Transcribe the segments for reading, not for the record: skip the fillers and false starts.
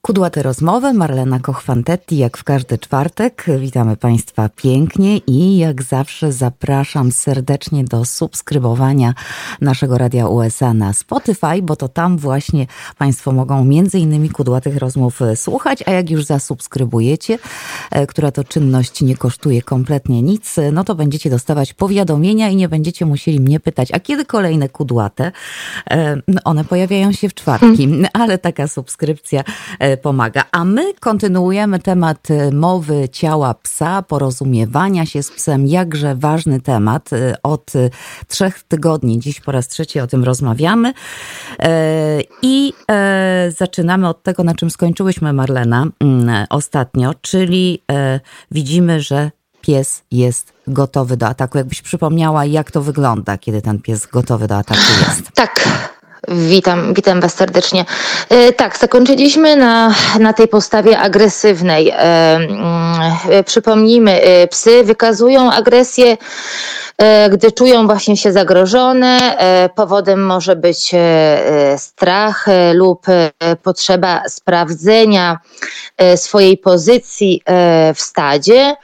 Kudłate rozmowy, Marlena Koch-Fantetti, jak w każdy czwartek. Witamy Państwa pięknie i jak zawsze zapraszam serdecznie do subskrybowania naszego Radia USA na Spotify, bo to tam właśnie Państwo mogą między innymi Kudłatych Rozmów słuchać, a jak już zasubskrybujecie, która to czynność nie kosztuje kompletnie nic, no to będziecie dostawać powiadomienia i nie będziecie musieli mnie pytać, a kiedy kolejne Kudłate? One pojawiają się w czwartki, ale taka subskrypcja pomaga. A my kontynuujemy temat mowy ciała psa, porozumiewania się z psem. Jakże ważny temat. Od 3 tygodni, dziś po raz trzeci o tym rozmawiamy. I zaczynamy od tego, na czym skończyłyśmy, Marlena, ostatnio, czyli widzimy, że pies jest gotowy do ataku. Jakbyś przypomniała, jak to wygląda, kiedy ten pies gotowy do ataku jest. Tak. Witam Was serdecznie. Tak, zakończyliśmy na tej postawie agresywnej. Przypomnijmy, psy wykazują agresję, gdy czują właśnie się zagrożone. Powodem może być strach lub potrzeba sprawdzenia swojej pozycji w stadzie.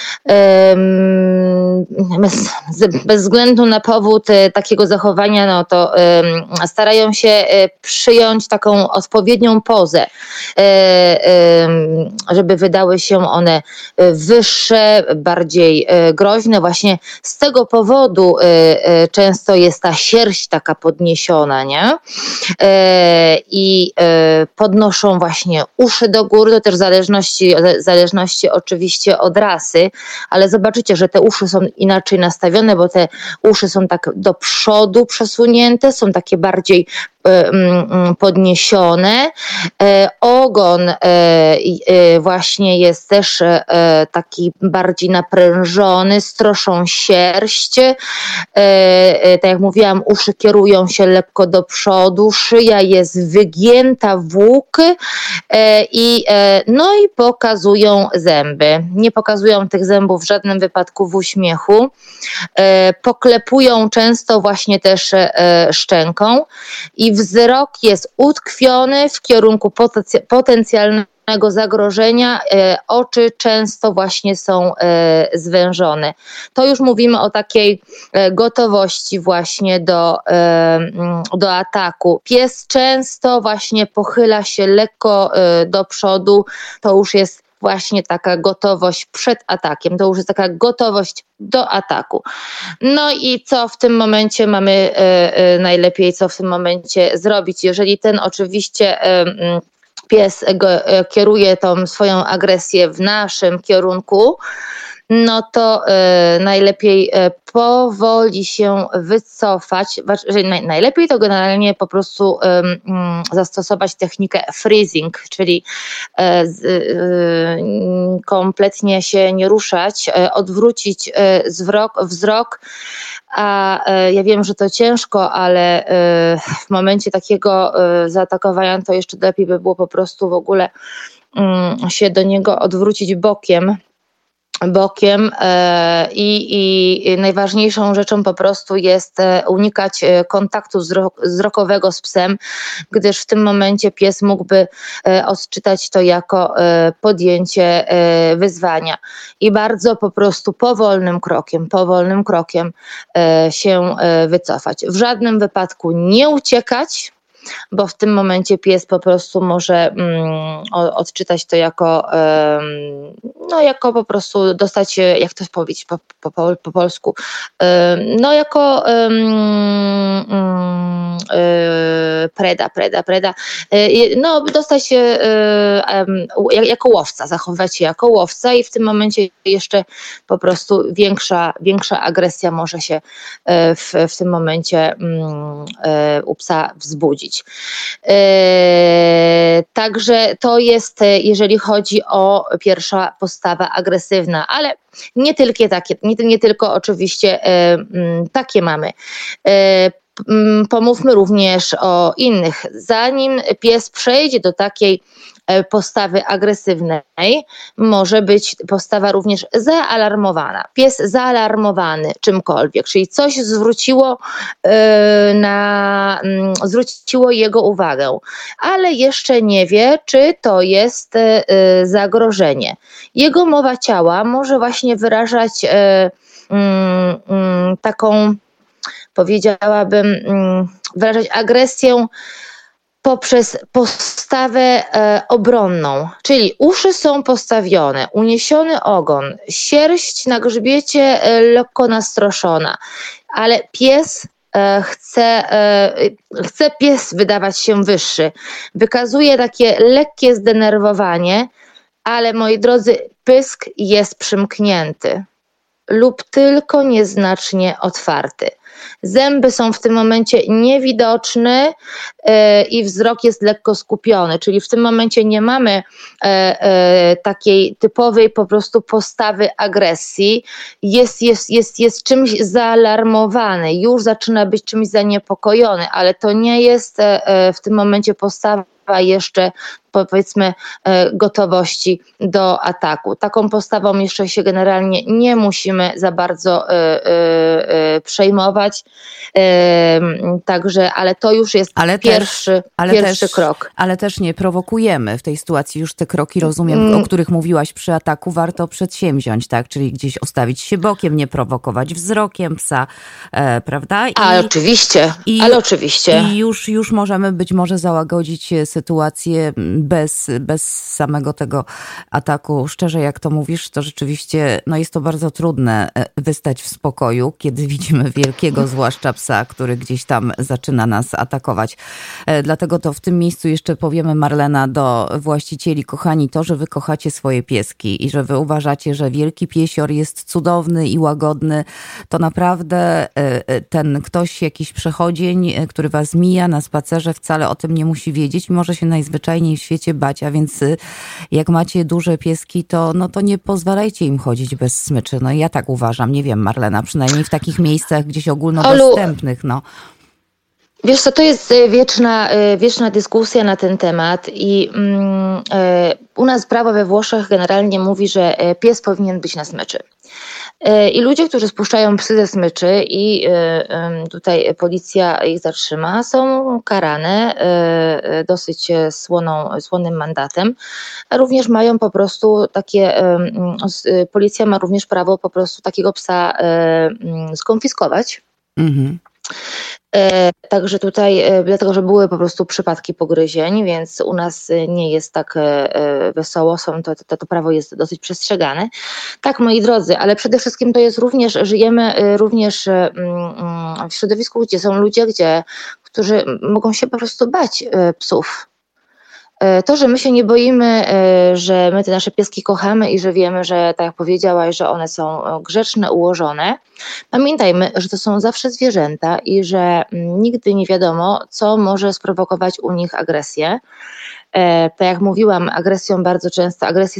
Bez względu na powód takiego zachowania, no to starają się przyjąć taką odpowiednią pozę, żeby wydały się one wyższe, bardziej groźne. Właśnie z tego powodu często jest ta sierść taka podniesiona, nie? I podnoszą właśnie uszy do góry, to też w zależności oczywiście od rasy, ale zobaczycie, że te uszy są inaczej nastawione, bo te uszy są tak do przodu przesunięte, są takie bardziej podniesione. Ogon właśnie jest też taki bardziej naprężony, stroszą sierść. Tak jak mówiłam, uszy kierują się lekko do przodu, szyja jest wygięta w łuk no i pokazują zęby. Nie pokazują tych zębów w żadnym wypadku w uśmiechu. Poklepują często właśnie też szczęką i wzrok jest utkwiony w kierunku potencjalnego zagrożenia, oczy często właśnie są zwężone. To już mówimy o takiej gotowości właśnie do ataku. Pies często właśnie pochyla się lekko do przodu, to już jest właśnie taka gotowość przed atakiem, to już jest taka gotowość do ataku. No i co w tym momencie mamy najlepiej, co w tym momencie zrobić? Jeżeli ten oczywiście pies kieruje tą swoją agresję w naszym kierunku, no to najlepiej powoli się wycofać. Najlepiej to generalnie po prostu zastosować technikę freezing, czyli kompletnie się nie ruszać, odwrócić wzrok, a ja wiem, że to ciężko, ale w momencie takiego zaatakowania to jeszcze lepiej by było po prostu w ogóle się do niego odwrócić bokiem i najważniejszą rzeczą po prostu jest unikać kontaktu wzrokowego z psem, gdyż w tym momencie pies mógłby odczytać to jako podjęcie wyzwania i bardzo po prostu powolnym krokiem się wycofać. W żadnym wypadku nie uciekać, bo w tym momencie pies po prostu może odczytać to jako po prostu dostać, jak to powiedzieć po polsku, jako preda, dostać się jako łowca, zachowywać się jako łowca i w tym momencie jeszcze po prostu większa agresja może się w tym momencie u psa wzbudzić. Także to jest, jeżeli chodzi o pierwsza postawa agresywna, ale nie tylko oczywiście takie mamy. Pomówmy również o innych. Zanim pies przejdzie do takiej postawy agresywnej może być postawa również zaalarmowana. Pies zaalarmowany czymkolwiek, czyli coś zwróciło jego uwagę, ale jeszcze nie wie, czy to jest zagrożenie. Jego mowa ciała może właśnie wyrażać taką, powiedziałabym, wyrażać agresję poprzez postawę obronną, czyli uszy są postawione, uniesiony ogon, sierść na grzbiecie lekko nastroszona, ale pies chce pies wydawać się wyższy. Wykazuje takie lekkie zdenerwowanie, ale moi drodzy, pysk jest przymknięty lub tylko nieznacznie otwarty. Zęby są w tym momencie niewidoczne i wzrok jest lekko skupiony, czyli w tym momencie nie mamy takiej typowej po prostu postawy agresji. Jest czymś zaalarmowany, już zaczyna być czymś zaniepokojony, ale to nie jest w tym momencie postawa jeszcze, powiedzmy, gotowości do ataku. Taką postawą jeszcze się generalnie nie musimy za bardzo przejmować. Także, ale to już jest pierwszy krok. Ale też nie prowokujemy w tej sytuacji. Już te kroki, rozumiem, o których mówiłaś przy ataku, warto przedsięwziąć, tak? Czyli gdzieś ustawić się bokiem, nie prowokować wzrokiem psa, prawda? Ale oczywiście. I już możemy być może załagodzić sytuację bez samego tego ataku. Szczerze, jak to mówisz, to rzeczywiście jest to bardzo trudne wystać w spokoju, kiedy widzimy wielkiego, zwłaszcza psa, który gdzieś tam zaczyna nas atakować. Dlatego to w tym miejscu jeszcze powiemy, Marlena, do właścicieli, kochani, to, że wy kochacie swoje pieski i że wy uważacie, że wielki piesior jest cudowny i łagodny, to naprawdę ten ktoś, jakiś przechodzień, który was mija na spacerze, wcale o tym nie musi wiedzieć, może się najzwyczajniej w świecie bać, a więc jak macie duże pieski, to nie pozwalajcie im chodzić bez smyczy. Ja tak uważam, nie wiem, Marlena, przynajmniej w takich miejscach gdzieś ogólnodostępnych. Wiesz co, to jest wieczna dyskusja na ten temat i u nas prawo we Włoszech generalnie mówi, że pies powinien być na smyczy. I ludzie, którzy spuszczają psy ze smyczy i tutaj policja ich zatrzyma, są karane dosyć słonym mandatem. Również mają po prostu policja ma również prawo po prostu takiego psa skonfiskować. Mhm. Także tutaj, dlatego że były po prostu przypadki pogryzień, więc u nas nie jest tak wesoło, to prawo jest dosyć przestrzegane. Tak, moi drodzy, ale przede wszystkim to jest również, żyjemy również w środowisku, gdzie są ludzie, którzy mogą się po prostu bać psów. To, że my się nie boimy, że my te nasze pieski kochamy i że wiemy, że tak jak powiedziałaś, że one są grzeczne, ułożone. Pamiętajmy, że to są zawsze zwierzęta i że nigdy nie wiadomo, co może sprowokować u nich agresję. Tak jak mówiłam, agresję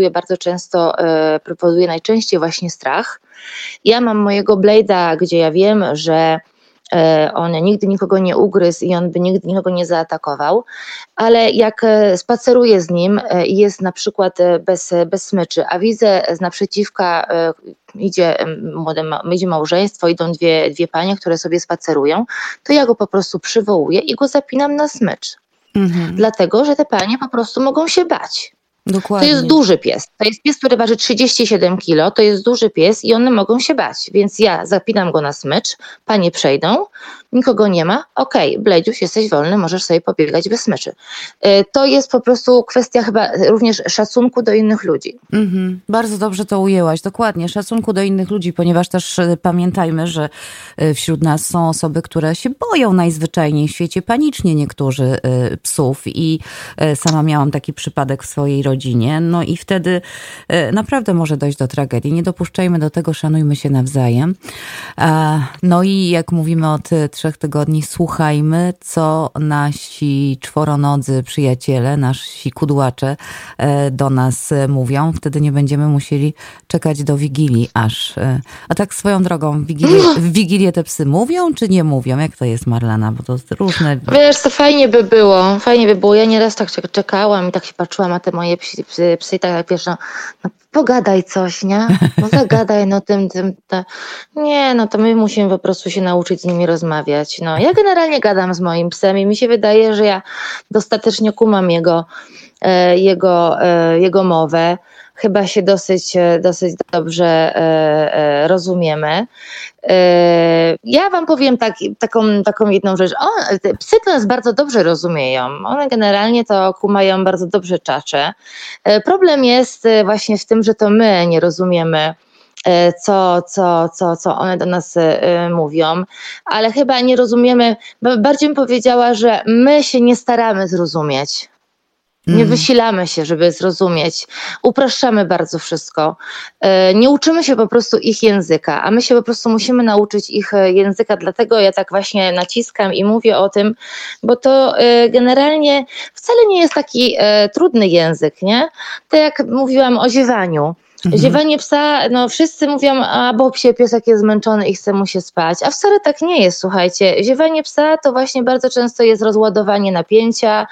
powoduje najczęściej właśnie strach. Ja mam mojego Blade'a, gdzie ja wiem, że on nigdy nikogo nie ugryzł i on by nigdy nikogo nie zaatakował, ale jak spaceruję z nim i jest na przykład bez smyczy, a widzę z naprzeciwka idzie małżeństwo, idą dwie panie, które sobie spacerują, to ja go po prostu przywołuję i go zapinam na smycz. Dlatego, że te panie po prostu mogą się bać. Dokładnie. To jest duży pies. To jest pies, który waży 37 kg. To jest duży pies i one mogą się bać. Więc ja zapinam go na smycz, panie przejdą, nikogo nie ma. Okej, Bledziuś, jesteś wolny, możesz sobie pobiegać bez smyczy. To jest po prostu kwestia chyba również szacunku do innych ludzi. Bardzo dobrze to ujęłaś. Dokładnie, szacunku do innych ludzi, ponieważ też pamiętajmy, że wśród nas są osoby, które się boją najzwyczajniej w świecie, panicznie niektórzy, psów i sama miałam taki przypadek w swojej rodzinie, rodzinie, no i wtedy naprawdę może dojść do tragedii. Nie dopuszczajmy do tego, szanujmy się nawzajem. No i jak mówimy od 3 tygodni, słuchajmy, co nasi czworonodzy przyjaciele, nasi kudłacze do nas mówią. Wtedy nie będziemy musieli czekać do Wigilii aż. A tak swoją drogą, w Wigilię te psy mówią, czy nie mówią? Jak to jest, Marlena? Bo to jest różne. Wiesz, to fajnie by było. Ja nieraz tak czekałam i tak się patrzyłam na te moje psy i tak jak wiesz, no pogadaj coś, nie? No zagadaj, no tym. Nie, no to my musimy po prostu się nauczyć z nimi rozmawiać. No, ja generalnie gadam z moim psem i mi się wydaje, że ja dostatecznie kumam jego mowę. Chyba się dosyć dobrze rozumiemy. Ja wam powiem taką jedną rzecz. Psy to nas bardzo dobrze rozumieją. One generalnie to kumają bardzo dobrze czacze. Problem jest właśnie w tym, że to my nie rozumiemy, co one do nas mówią, ale chyba nie rozumiemy, bardziej bym powiedziała, że my się nie staramy zrozumieć. Nie wysilamy się, żeby zrozumieć. Upraszczamy bardzo wszystko. Nie uczymy się po prostu ich języka, a my się po prostu musimy nauczyć ich języka. Dlatego ja tak właśnie naciskam i mówię o tym, bo to generalnie wcale nie jest taki trudny język, nie? Tak jak mówiłam o ziewaniu. Ziewanie psa, no wszyscy mówią, bo piesek jest zmęczony i chce mu się spać, a wcale tak nie jest, słuchajcie. Ziewanie psa to właśnie bardzo często jest rozładowanie napięcia,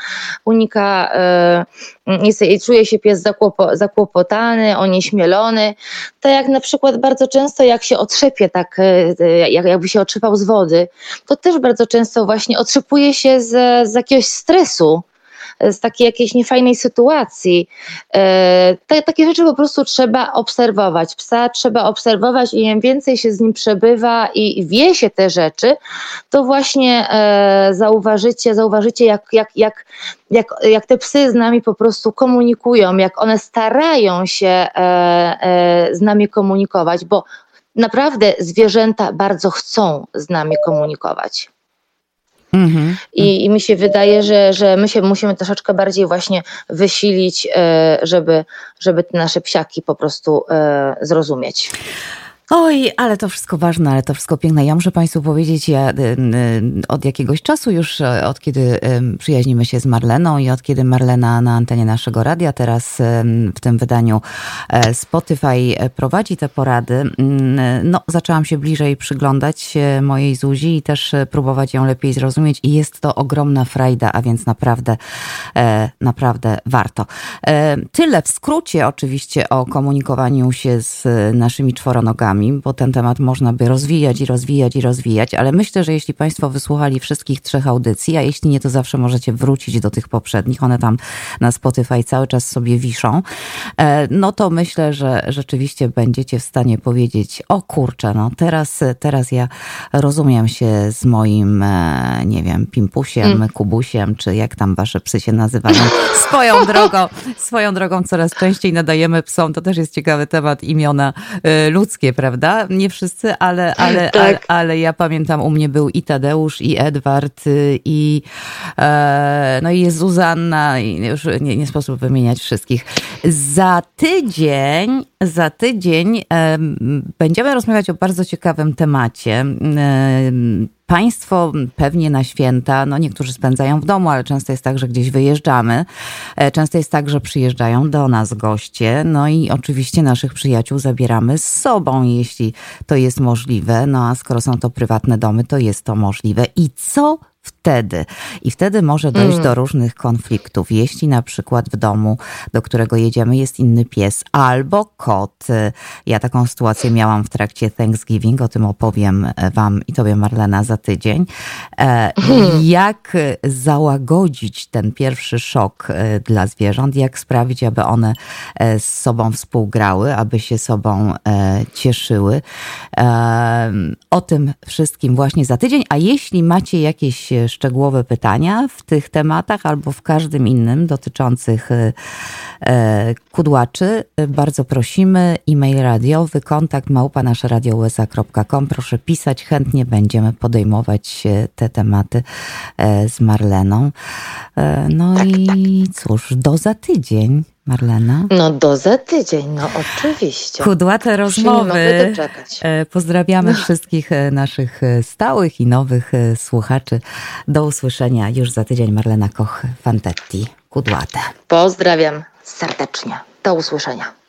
czuje się pies zakłopotany, onieśmielony. Tak jak na przykład bardzo często jak się otrzepie, tak jakby się otrzepał z wody, to też bardzo często właśnie otrzepuje się z jakiegoś stresu, z takiej jakiejś niefajnej sytuacji. Takie rzeczy po prostu trzeba obserwować. Psa trzeba obserwować i im więcej się z nim przebywa i wie się te rzeczy, to właśnie zauważycie jak te psy z nami po prostu komunikują, jak one starają się z nami komunikować, bo naprawdę zwierzęta bardzo chcą z nami komunikować. I mi się wydaje, że my się musimy troszeczkę bardziej właśnie wysilić, żeby te nasze psiaki po prostu zrozumieć. Oj, ale to wszystko ważne, ale to wszystko piękne. Ja muszę Państwu powiedzieć, ja od jakiegoś czasu już, od kiedy przyjaźnimy się z Marleną i od kiedy Marlena na antenie naszego radia, teraz w tym wydaniu Spotify prowadzi te porady, no zaczęłam się bliżej przyglądać mojej Zuzi i też próbować ją lepiej zrozumieć i jest to ogromna frajda, a więc naprawdę warto. Tyle w skrócie oczywiście o komunikowaniu się z naszymi czworonogami, bo ten temat można by rozwijać, ale myślę, że jeśli Państwo wysłuchali wszystkich 3 audycji, a jeśli nie, to zawsze możecie wrócić do tych poprzednich, one tam na Spotify cały czas sobie wiszą, no to myślę, że rzeczywiście będziecie w stanie powiedzieć, o kurczę, no teraz ja rozumiem się z moim, nie wiem, Pimpusiem, Kubusiem, czy jak tam wasze psy się nazywają. Swoją drogą coraz częściej nadajemy psom, to też jest ciekawy temat, imiona ludzkie, prawda? Nie wszyscy, ale ja pamiętam, u mnie był i Tadeusz, i Edward, i jest Zuzanna, i już nie sposób wymieniać wszystkich. Za tydzień będziemy rozmawiać o bardzo ciekawym temacie. Państwo pewnie na święta, no niektórzy spędzają w domu, ale często jest tak, że gdzieś wyjeżdżamy. Często jest tak, że przyjeżdżają do nas goście. No i oczywiście naszych przyjaciół zabieramy z sobą, jeśli to jest możliwe. No a skoro są to prywatne domy, to jest to możliwe. I co wtedy? I wtedy może dojść do różnych konfliktów. Jeśli na przykład w domu, do którego jedziemy, jest inny pies albo kot. Ja taką sytuację miałam w trakcie Thanksgiving, o tym opowiem wam i tobie, Marlena, za tydzień. Jak załagodzić ten pierwszy szok dla zwierząt, jak sprawić, aby one z sobą współgrały, aby się sobą cieszyły. O tym wszystkim właśnie za tydzień, a jeśli macie jakieś szczegółowe pytania w tych tematach albo w każdym innym dotyczących kudłaczy, bardzo prosimy. E-mail radiowy, kontakt @naszeradiousa.com. Proszę pisać, chętnie będziemy podejmować te tematy z Marleną. No tak, i cóż, do za tydzień, Marlena. No do za tydzień, no oczywiście. Kudłate rozmowy. Pozdrawiamy wszystkich naszych stałych i nowych słuchaczy. Do usłyszenia już za tydzień. Marlena Koch-Fantetti, Kudłate. Pozdrawiam serdecznie. Do usłyszenia.